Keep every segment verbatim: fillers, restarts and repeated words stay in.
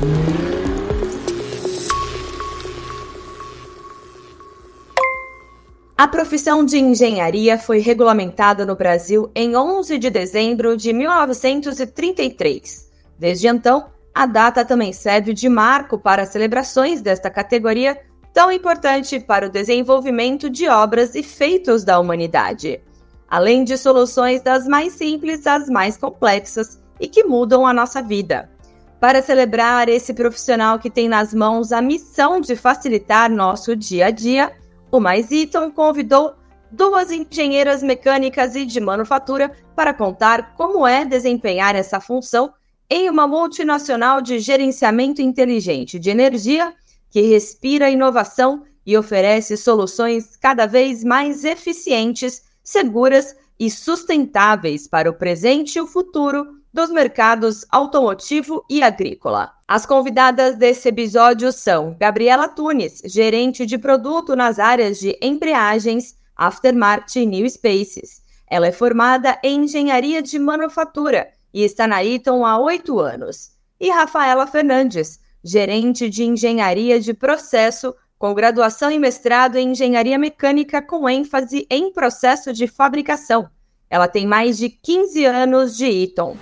A profissão de engenharia foi regulamentada no Brasil em onze de dezembro de mil novecentos e trinta e três. Desde então, a data também serve de marco para as celebrações desta categoria tão importante para o desenvolvimento de obras e feitos da humanidade, além de soluções das mais simples às mais complexas e que mudam a nossa vida. Para celebrar esse profissional que tem nas mãos a missão de facilitar nosso dia a dia, o Mais Eaton convidou duas engenheiras mecânicas e de manufatura para contar como é desempenhar essa função em uma multinacional de gerenciamento inteligente de energia que respira inovação e oferece soluções cada vez mais eficientes, seguras e sustentáveis para o presente e o futuro dos mercados automotivo e agrícola. As convidadas desse episódio são Gabriela Tunes, gerente de produto nas áreas de embreagens, aftermarket e new spaces. Ela é formada em engenharia de manufatura e está na Eaton há oito anos. E Rafaela Fernandes, gerente de engenharia de processo, com graduação e mestrado em engenharia mecânica com ênfase em processo de fabricação. Ela tem mais de quinze anos de Eaton.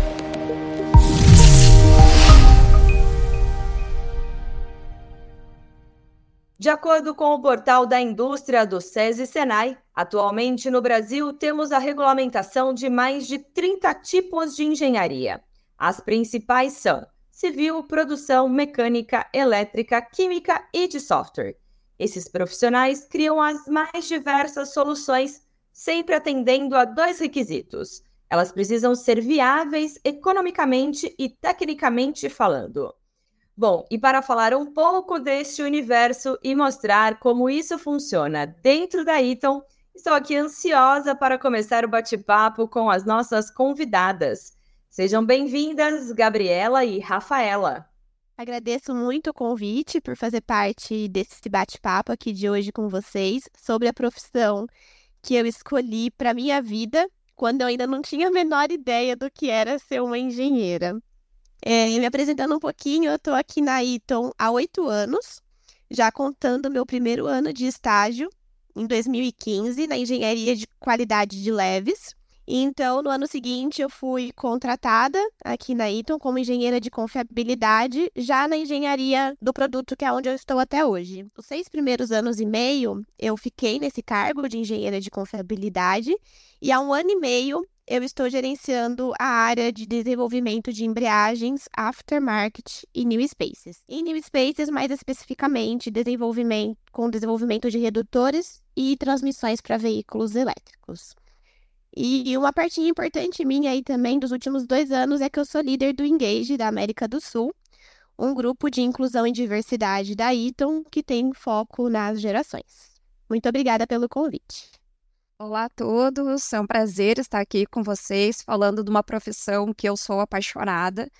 De acordo com o portal da indústria do SESI Senai, atualmente no Brasil temos a regulamentação de mais de trinta tipos de engenharia. As principais são civil, produção, mecânica, elétrica, química e de software. Esses profissionais criam as mais diversas soluções, sempre atendendo a dois requisitos. Elas precisam ser viáveis economicamente e tecnicamente falando. Bom, e para falar um pouco deste universo e mostrar como isso funciona dentro da Eaton, estou aqui ansiosa para começar o bate-papo com as nossas convidadas. Sejam bem-vindas, Gabriela e Rafaela. Agradeço muito o convite por fazer parte desse bate-papo aqui de hoje com vocês sobre a profissão que eu escolhi para minha vida quando eu ainda não tinha a menor ideia do que era ser uma engenheira. É, me apresentando um pouquinho, eu estou aqui na Eaton há oito anos, já contando meu primeiro ano de estágio, em dois mil e quinze, na Engenharia de Qualidade de Leves. Então, no ano seguinte, eu fui contratada aqui na Eaton como engenheira de confiabilidade, já na engenharia do produto, que é onde eu estou até hoje. Os seis primeiros anos e meio, eu fiquei nesse cargo de engenheira de confiabilidade, e há um ano e meio, eu estou gerenciando a área de desenvolvimento de embreagens, aftermarket e new spaces. Em new spaces, mais especificamente, desenvolvimento, com desenvolvimento de redutores e transmissões para veículos elétricos. E uma partinha importante minha aí também dos últimos dois anos é que eu sou líder do Engage da América do Sul, um grupo de inclusão e diversidade da Eaton que tem foco nas gerações. Muito obrigada pelo convite. Olá a todos, é um prazer estar aqui com vocês falando de uma profissão que eu sou apaixonada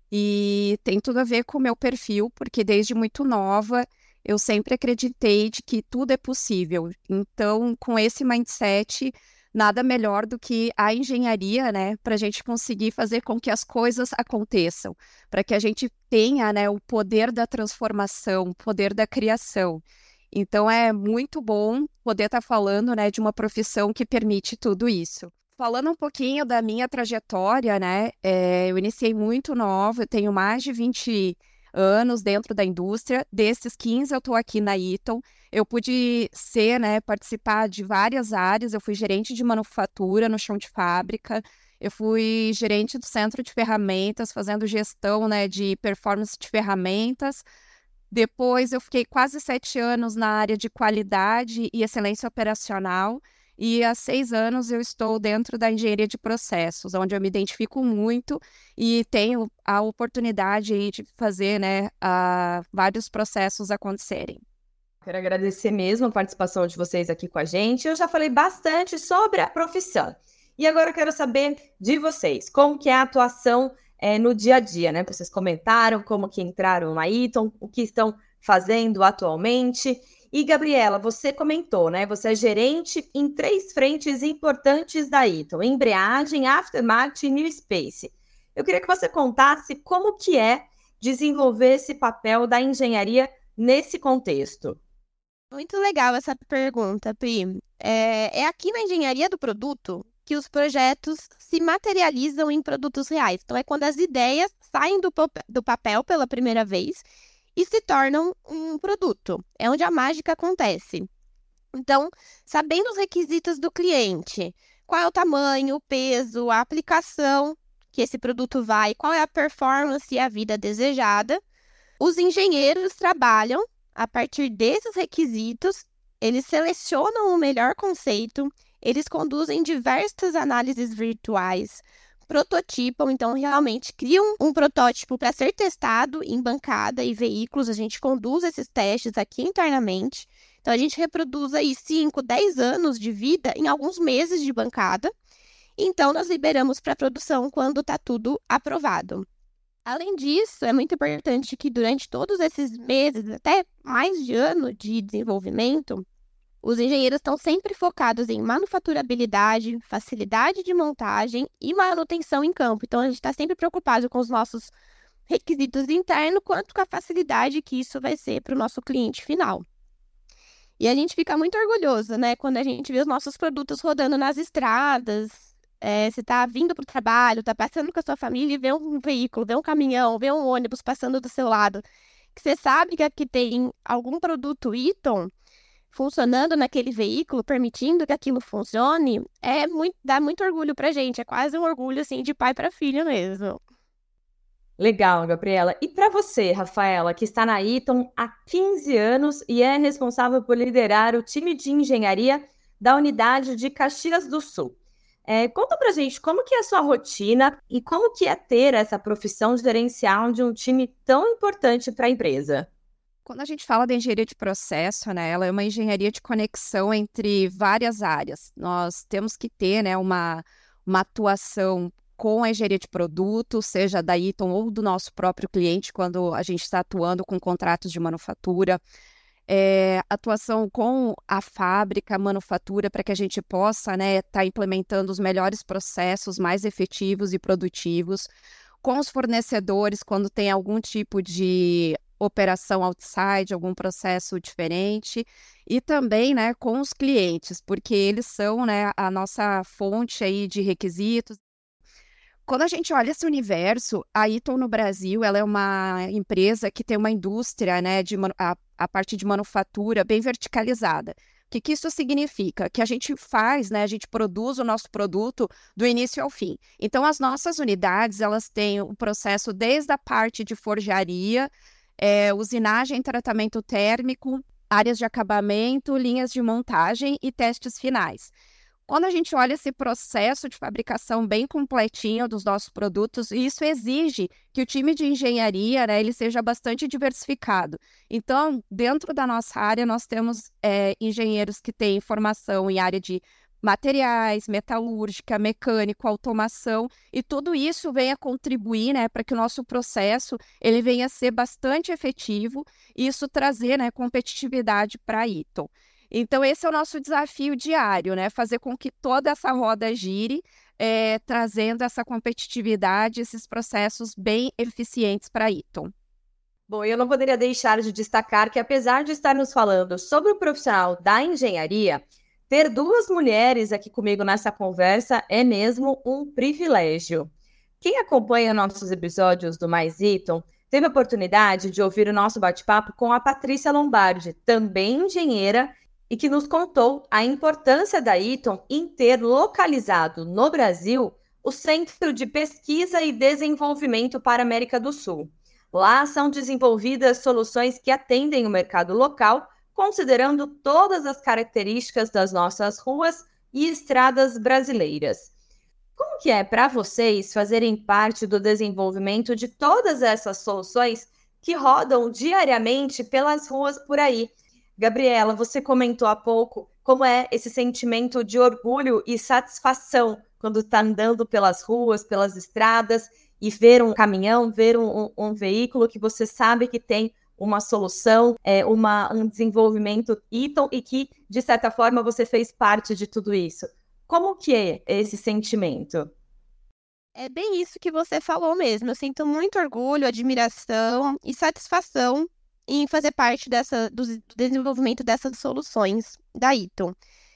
e tem tudo a ver com o meu perfil, porque desde muito nova eu sempre acreditei de que tudo é possível. Então, com esse mindset, nada melhor do que a engenharia, né, para a gente conseguir fazer com que as coisas aconteçam, para que a gente tenha, né, o poder da transformação, o poder da criação. Então, é muito bom poder estar falando, né, de uma profissão que permite tudo isso. Falando um pouquinho da minha trajetória, né, é, eu iniciei muito nova, eu tenho mais de vinte anos dentro da indústria, desses quinze eu estou aqui na Eaton. Eu pude ser, né, participar de várias áreas, eu fui gerente de manufatura no chão de fábrica, eu fui gerente do centro de ferramentas, fazendo gestão, né, de performance de ferramentas. Depois eu fiquei quase sete anos na área de qualidade e excelência operacional e há seis anos eu estou dentro da engenharia de processos, onde eu me identifico muito e tenho a oportunidade aí de fazer, né, a, vários processos acontecerem. Quero agradecer mesmo a participação de vocês aqui com a gente. Eu já falei bastante sobre a profissão e agora eu quero saber de vocês, como que é a atuação É, no dia a dia, né? Vocês comentaram como que entraram na Eaton, o que estão fazendo atualmente. E, Gabriela, você comentou, né? Você é gerente em três frentes importantes da Eaton: embreagem, aftermarket e new space. Eu queria que você contasse como que é desenvolver esse papel da engenharia nesse contexto? Muito legal essa pergunta, Pri. É, é aqui na engenharia do produto que os projetos se materializam em produtos reais. Então, é quando as ideias saem do, pap- do papel pela primeira vez e se tornam um produto. É onde a mágica acontece. Então, sabendo os requisitos do cliente, qual é o tamanho, o peso, a aplicação que esse produto vai, qual é a performance e a vida desejada, os engenheiros trabalham a partir desses requisitos, eles selecionam o melhor conceito, eles conduzem diversas análises virtuais, prototipam, então realmente criam um protótipo para ser testado em bancada e veículos. A gente conduz esses testes aqui internamente. Então, a gente reproduz aí cinco, dez anos de vida em alguns meses de bancada. Então, nós liberamos para produção quando está tudo aprovado. Além disso, é muito importante que durante todos esses meses, até mais de ano de desenvolvimento, os engenheiros estão sempre focados em manufaturabilidade, facilidade de montagem e manutenção em campo. Então, a gente está sempre preocupado com os nossos requisitos internos, quanto com a facilidade que isso vai ser para o nosso cliente final. E a gente fica muito orgulhoso, né, quando a gente vê os nossos produtos rodando nas estradas. É, você está vindo para o trabalho, está passando com a sua família e vê um veículo, vê um caminhão, vê um ônibus passando do seu lado. Que você sabe que aqui tem algum produto Eaton funcionando naquele veículo, permitindo que aquilo funcione, é muito, dá muito orgulho para a gente. É quase um orgulho assim, de pai para filho mesmo. Legal, Gabriela. E para você, Rafaela, que está na Eaton há quinze anos e é responsável por liderar o time de engenharia da unidade de Caxias do Sul. É, conta pra gente como que é a sua rotina e como que é ter essa profissão gerencial de um time tão importante para a empresa. Quando a gente fala da engenharia de processo, né, ela é uma engenharia de conexão entre várias áreas. Nós temos que ter, né, uma, uma atuação com a engenharia de produto, seja da Eaton ou do nosso próprio cliente, quando a gente está atuando com contratos de manufatura, é, atuação com a fábrica, a manufatura, para que a gente possa, né, estar implementando os melhores processos mais efetivos e produtivos, com os fornecedores, quando tem algum tipo de operação outside, algum processo diferente, e também, né, com os clientes, porque eles são, né, a nossa fonte aí de requisitos. Quando a gente olha esse universo, a Eaton no Brasil, ela é uma empresa que tem uma indústria, né, de a, a parte de manufatura bem verticalizada. O que, que isso significa? Que a gente faz, né, a gente produz o nosso produto do início ao fim. Então, as nossas unidades, elas têm o processo desde a parte de forjaria, é, usinagem, tratamento térmico, áreas de acabamento, linhas de montagem e testes finais. Quando a gente olha esse processo de fabricação bem completinho dos nossos produtos, isso exige que o time de engenharia, né, ele seja bastante diversificado. Então, dentro da nossa área, nós temos é, engenheiros que têm formação em área de materiais, metalúrgica, mecânico, automação, e tudo isso vem a contribuir, né, para que o nosso processo ele venha a ser bastante efetivo e isso trazer, né, competitividade para a Eaton. Então, esse é o nosso desafio diário, né? Fazer com que toda essa roda gire, é, trazendo essa competitividade, esses processos bem eficientes para a Eaton. Bom, eu não poderia deixar de destacar que, apesar de estarmos falando sobre o profissional da engenharia, ter duas mulheres aqui comigo nessa conversa é mesmo um privilégio. Quem acompanha nossos episódios do Mais Eaton teve a oportunidade de ouvir o nosso bate-papo com a Patrícia Lombardi, também engenheira, e que nos contou a importância da Eaton em ter localizado no Brasil o Centro de Pesquisa e Desenvolvimento para a América do Sul. Lá são desenvolvidas soluções que atendem o mercado local, considerando todas as características das nossas ruas e estradas brasileiras. Como que é para vocês fazerem parte do desenvolvimento de todas essas soluções que rodam diariamente pelas ruas por aí? Gabriela, você comentou há pouco como é esse sentimento de orgulho e satisfação quando está andando pelas ruas, pelas estradas e ver um caminhão, ver um, um, um veículo que você sabe que tem uma solução, é, uma, um desenvolvimento Eaton e que, de certa forma, você fez parte de tudo isso. Como que é esse sentimento? É bem isso que você falou mesmo. Eu sinto muito orgulho, admiração e satisfação em fazer parte dessa, do, do desenvolvimento dessas soluções da Eaton.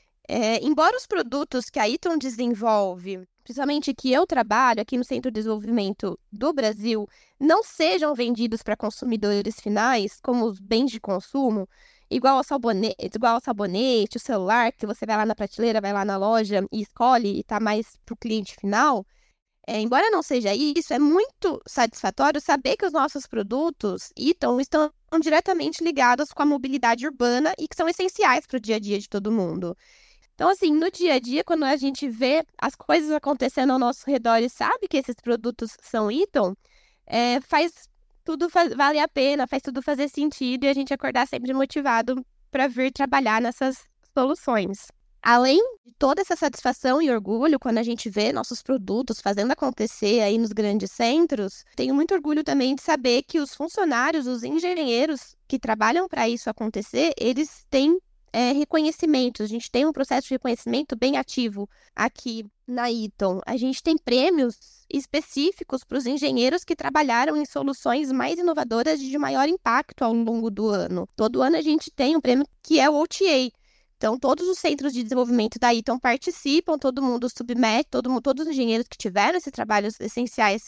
É, embora os produtos que a Eaton desenvolve, principalmente que eu trabalho aqui no Centro de Desenvolvimento do Brasil, não sejam vendidos para consumidores finais, como os bens de consumo, igual ao sabonete, igual ao sabonete, o celular, que você vai lá na prateleira, vai lá na loja e escolhe e está mais para o cliente final. É, embora não seja isso, é muito satisfatório saber que os nossos produtos Eaton estão diretamente ligados com a mobilidade urbana e que são essenciais para o dia a dia de todo mundo. Então, assim, no dia a dia, quando a gente vê as coisas acontecendo ao nosso redor e sabe que esses produtos são Eaton, é, faz tudo faz, vale a pena, faz tudo fazer sentido e a gente acordar sempre motivado para vir trabalhar nessas soluções. Além de toda essa satisfação e orgulho quando a gente vê nossos produtos fazendo acontecer aí nos grandes centros, tenho muito orgulho também de saber que os funcionários, os engenheiros que trabalham para isso acontecer, eles têm é, reconhecimentos. A gente tem um processo de reconhecimento bem ativo aqui na Eaton. A gente tem prêmios específicos para os engenheiros que trabalharam em soluções mais inovadoras e de maior impacto ao longo do ano. Todo ano a gente tem um prêmio que é o O T A. Então, todos os centros de desenvolvimento da Eaton participam, todo mundo submete, todo mundo, todos os engenheiros que tiveram esses trabalhos essenciais,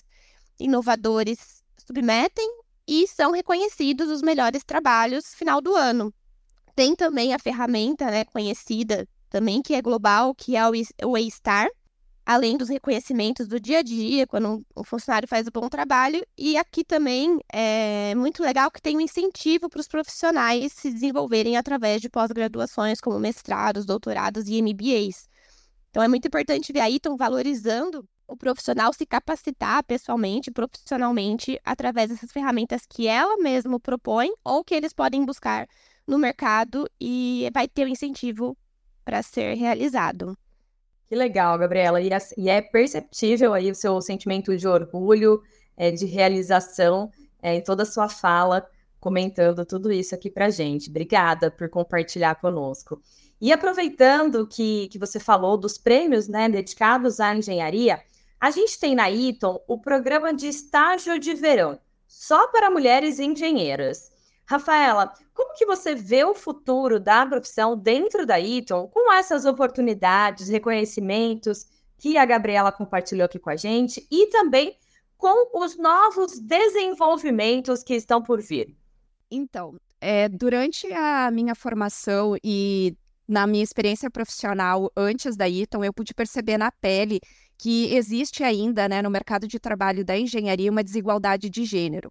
inovadores, submetem e são reconhecidos os melhores trabalhos final do ano. Tem também a ferramenta, né, conhecida também, que é global, que é o A-Star, além dos reconhecimentos do dia a dia, quando um funcionário faz um bom trabalho. E aqui também é muito legal que tem um incentivo para os profissionais se desenvolverem através de pós-graduações, como mestrados, doutorados e M B As. Então, é muito importante ver a Eaton valorizando o profissional se capacitar pessoalmente, profissionalmente, através dessas ferramentas que ela mesma propõe ou que eles podem buscar no mercado e vai ter um incentivo para ser realizado. Que legal, Gabriela. E, assim, e é perceptível aí o seu sentimento de orgulho, é, de realização, é, em toda a sua fala, comentando tudo isso aqui pra gente. Obrigada por compartilhar conosco. E aproveitando que, que você falou dos prêmios, né, dedicados à engenharia, a gente tem na Eaton o programa de estágio de verão, só para mulheres engenheiras. Rafaela, como que você vê o futuro da profissão dentro da Eaton com essas oportunidades, reconhecimentos que a Gabriela compartilhou aqui com a gente e também com os novos desenvolvimentos que estão por vir? Então, é, durante a minha formação e na minha experiência profissional antes da Eaton, eu pude perceber na pele que existe ainda, né, no mercado de trabalho da engenharia uma desigualdade de gênero.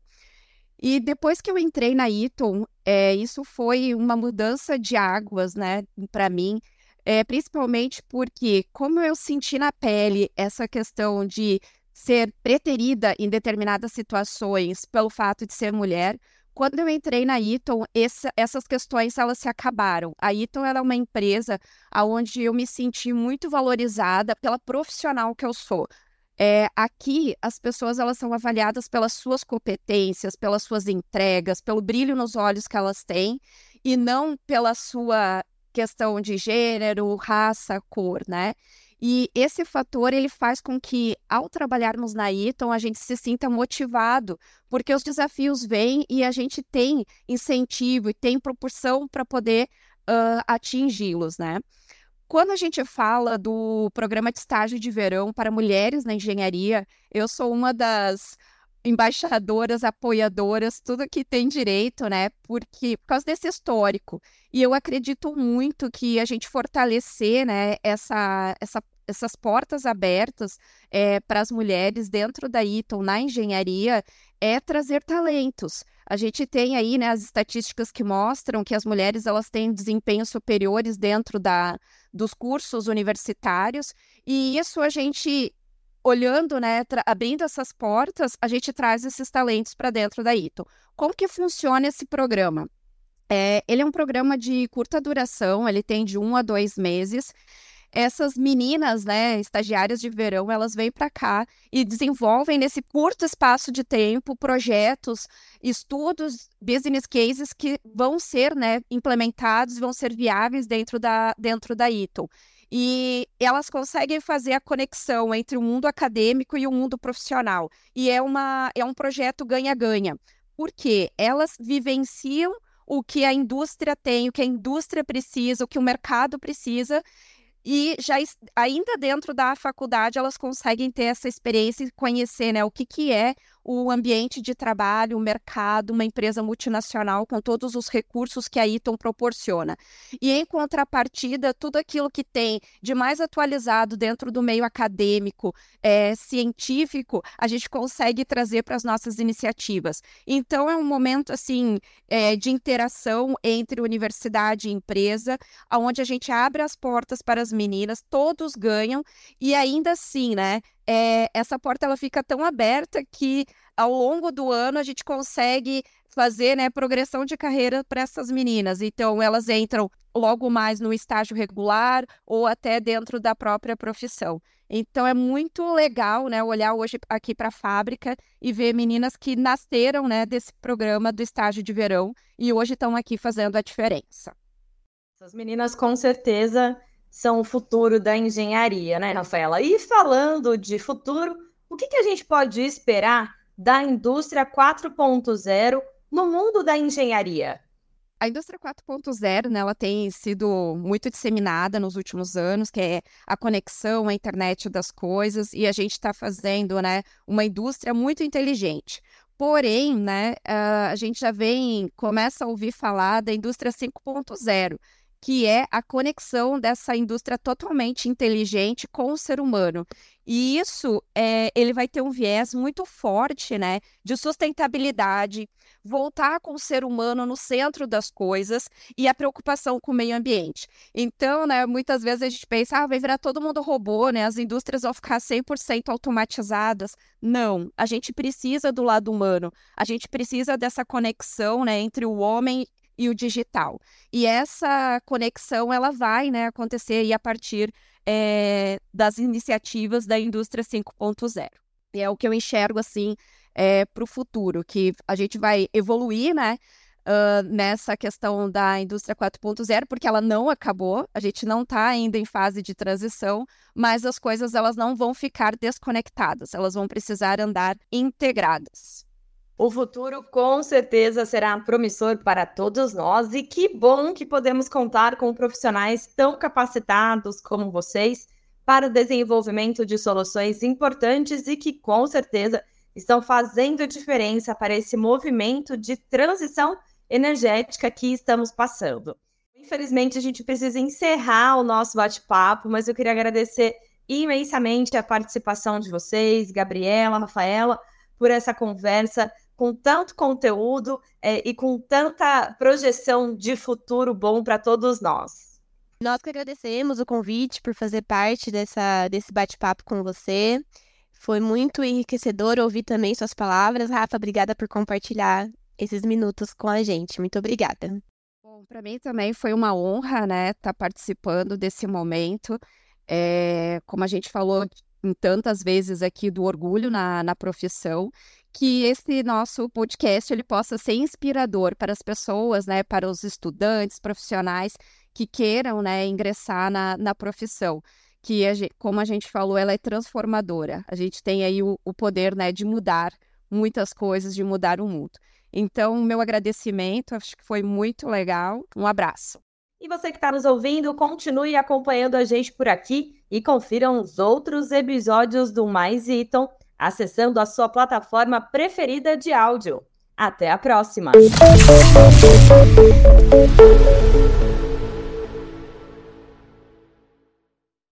E depois que eu entrei na Eaton, é, isso foi uma mudança de águas, né, para mim, é, principalmente porque, como eu senti na pele essa questão de ser preterida em determinadas situações pelo fato de ser mulher, quando eu entrei na Eaton, essa, essas questões elas se acabaram. A Eaton era uma empresa onde eu me senti muito valorizada pela profissional que eu sou. É, aqui, as pessoas elas são avaliadas pelas suas competências, pelas suas entregas, pelo brilho nos olhos que elas têm, e não pela sua questão de gênero, raça, cor, né? E esse fator, ele faz com que, ao trabalharmos na Eaton, a gente se sinta motivado, porque os desafios vêm e a gente tem incentivo e tem propulsão para poder uh, atingi-los, né? Quando a gente fala do programa de estágio de verão para mulheres na engenharia, eu sou uma das embaixadoras, apoiadoras, tudo que tem direito, né? Porque, por causa desse histórico. E eu acredito muito que a gente fortalecer, né, essa, essa, essas portas abertas é, para as mulheres dentro da Eaton, na engenharia, é trazer talentos. A gente tem aí, né, as estatísticas que mostram que as mulheres elas têm desempenhos superiores dentro da, dos cursos universitários, e isso a gente, olhando, né, abrindo essas portas, a gente traz esses talentos para dentro da Eaton. Como que funciona esse programa? É, ele é um programa de curta duração, ele tem de um a dois meses. Essas meninas, né, estagiárias de verão, elas vêm para cá e desenvolvem nesse curto espaço de tempo projetos, estudos, business cases que vão ser, né, implementados, vão ser viáveis dentro da, dentro da Eaton. E elas conseguem fazer a conexão entre o mundo acadêmico e o mundo profissional. E é, uma, é um projeto ganha-ganha, porque elas vivenciam o que a indústria tem, o que a indústria precisa, o que o mercado precisa, e já ainda dentro da faculdade elas conseguem ter essa experiência e conhecer, né, o que, que é o ambiente de trabalho, o mercado, uma empresa multinacional com todos os recursos que a Eaton proporciona. E em contrapartida, tudo aquilo que tem de mais atualizado dentro do meio acadêmico, é, científico, a gente consegue trazer para as nossas iniciativas. Então é um momento assim, é, de interação entre universidade e empresa, onde a gente abre as portas para as meninas, todos ganham, e ainda assim, né, É, essa porta ela fica tão aberta que ao longo do ano a gente consegue fazer, né, progressão de carreira para essas meninas. Então elas entram logo mais no estágio regular ou até dentro da própria profissão. Então é muito legal, né, olhar hoje aqui para a fábrica e ver meninas que nasceram, né, desse programa do estágio de verão e hoje estão aqui fazendo a diferença. Essas meninas com certeza são o futuro da engenharia, né, Rafaela? E falando de futuro, o que, que a gente pode esperar da indústria quatro ponto zero no mundo da engenharia? A indústria quatro ponto zero, né, ela tem sido muito disseminada nos últimos anos, que é a conexão à internet das coisas, e a gente está fazendo, né, uma indústria muito inteligente. Porém, né, a gente já vem, começa a ouvir falar da indústria cinco ponto zero, que é a conexão dessa indústria totalmente inteligente com o ser humano. E isso, é, ele vai ter um viés muito forte, né, de sustentabilidade, voltar com o ser humano no centro das coisas e a preocupação com o meio ambiente. Então, né, muitas vezes a gente pensa, ah, vai virar todo mundo robô, né, as indústrias vão ficar cem por cento automatizadas. Não, a gente precisa do lado humano, a gente precisa dessa conexão, né, entre o homem e o digital. E essa conexão, ela vai, né, acontecer aí a partir é, das iniciativas da indústria cinco ponto zero. E é o que eu enxergo, assim, é, para o futuro, que a gente vai evoluir, né, uh, nessa questão da indústria quatro ponto zero, porque ela não acabou, a gente não está ainda em fase de transição, mas as coisas, elas não vão ficar desconectadas, elas vão precisar andar integradas. O futuro com certeza será promissor para todos nós e que bom que podemos contar com profissionais tão capacitados como vocês para o desenvolvimento de soluções importantes e que com certeza estão fazendo diferença para esse movimento de transição energética que estamos passando. Infelizmente, a gente precisa encerrar o nosso bate-papo, mas eu queria agradecer imensamente a participação de vocês, Gabriela, Rafaela, por essa conversa com tanto conteúdo é, e com tanta projeção de futuro bom para todos nós. Nós que agradecemos o convite por fazer parte dessa, desse bate-papo com você. Foi muito enriquecedor ouvir também suas palavras. Rafa, obrigada por compartilhar esses minutos com a gente. Muito obrigada. Bom, para mim também foi uma honra, né, estar participando desse momento. É, como a gente falou em tantas vezes aqui do orgulho na, na profissão, que esse nosso podcast ele possa ser inspirador para as pessoas, né, para os estudantes, profissionais que queiram, né, ingressar na, na profissão, que, a gente, como a gente falou, ela é transformadora. A gente tem aí o, o poder, né, de mudar muitas coisas, de mudar o mundo. Então, meu agradecimento, acho que foi muito legal. Um abraço. E você que está nos ouvindo, continue acompanhando a gente por aqui e confiram os outros episódios do Mais Eaton, acessando a sua plataforma preferida de áudio. Até a próxima!